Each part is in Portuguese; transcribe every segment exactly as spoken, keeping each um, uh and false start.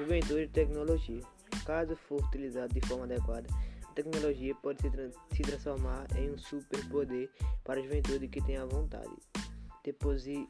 Juventude e tecnologia. Caso for utilizado de forma adequada, a tecnologia pode se, tra- se transformar em um superpoder para a juventude que tem a vontade, deposi-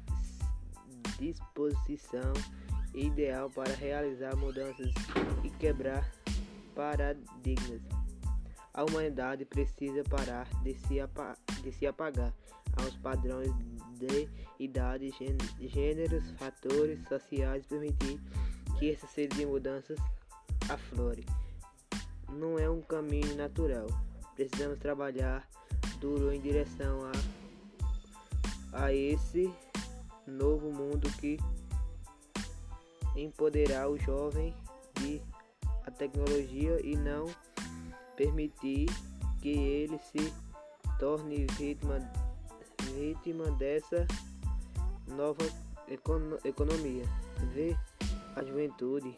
disposição ideal para realizar mudanças e quebrar paradigmas. A humanidade precisa parar de se, apa- de se apagar aos padrões de idade, gê- gêneros, fatores sociais, permitir que essa série de mudanças aflore. Não é um caminho natural. Precisamos trabalhar duro em direção a, a esse novo mundo que empoderar o jovem de a tecnologia e não permitir que ele se torne vítima, vítima dessa nova econo- economia. Vê a juventude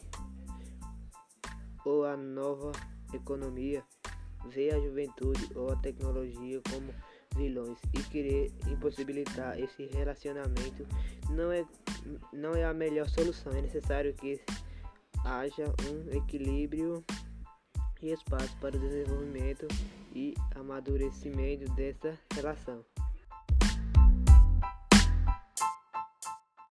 ou a nova economia, vê a juventude ou a tecnologia como vilões e querer impossibilitar esse relacionamento não é, não é a melhor solução. É necessário que haja um equilíbrio e espaço para o desenvolvimento e amadurecimento dessa relação.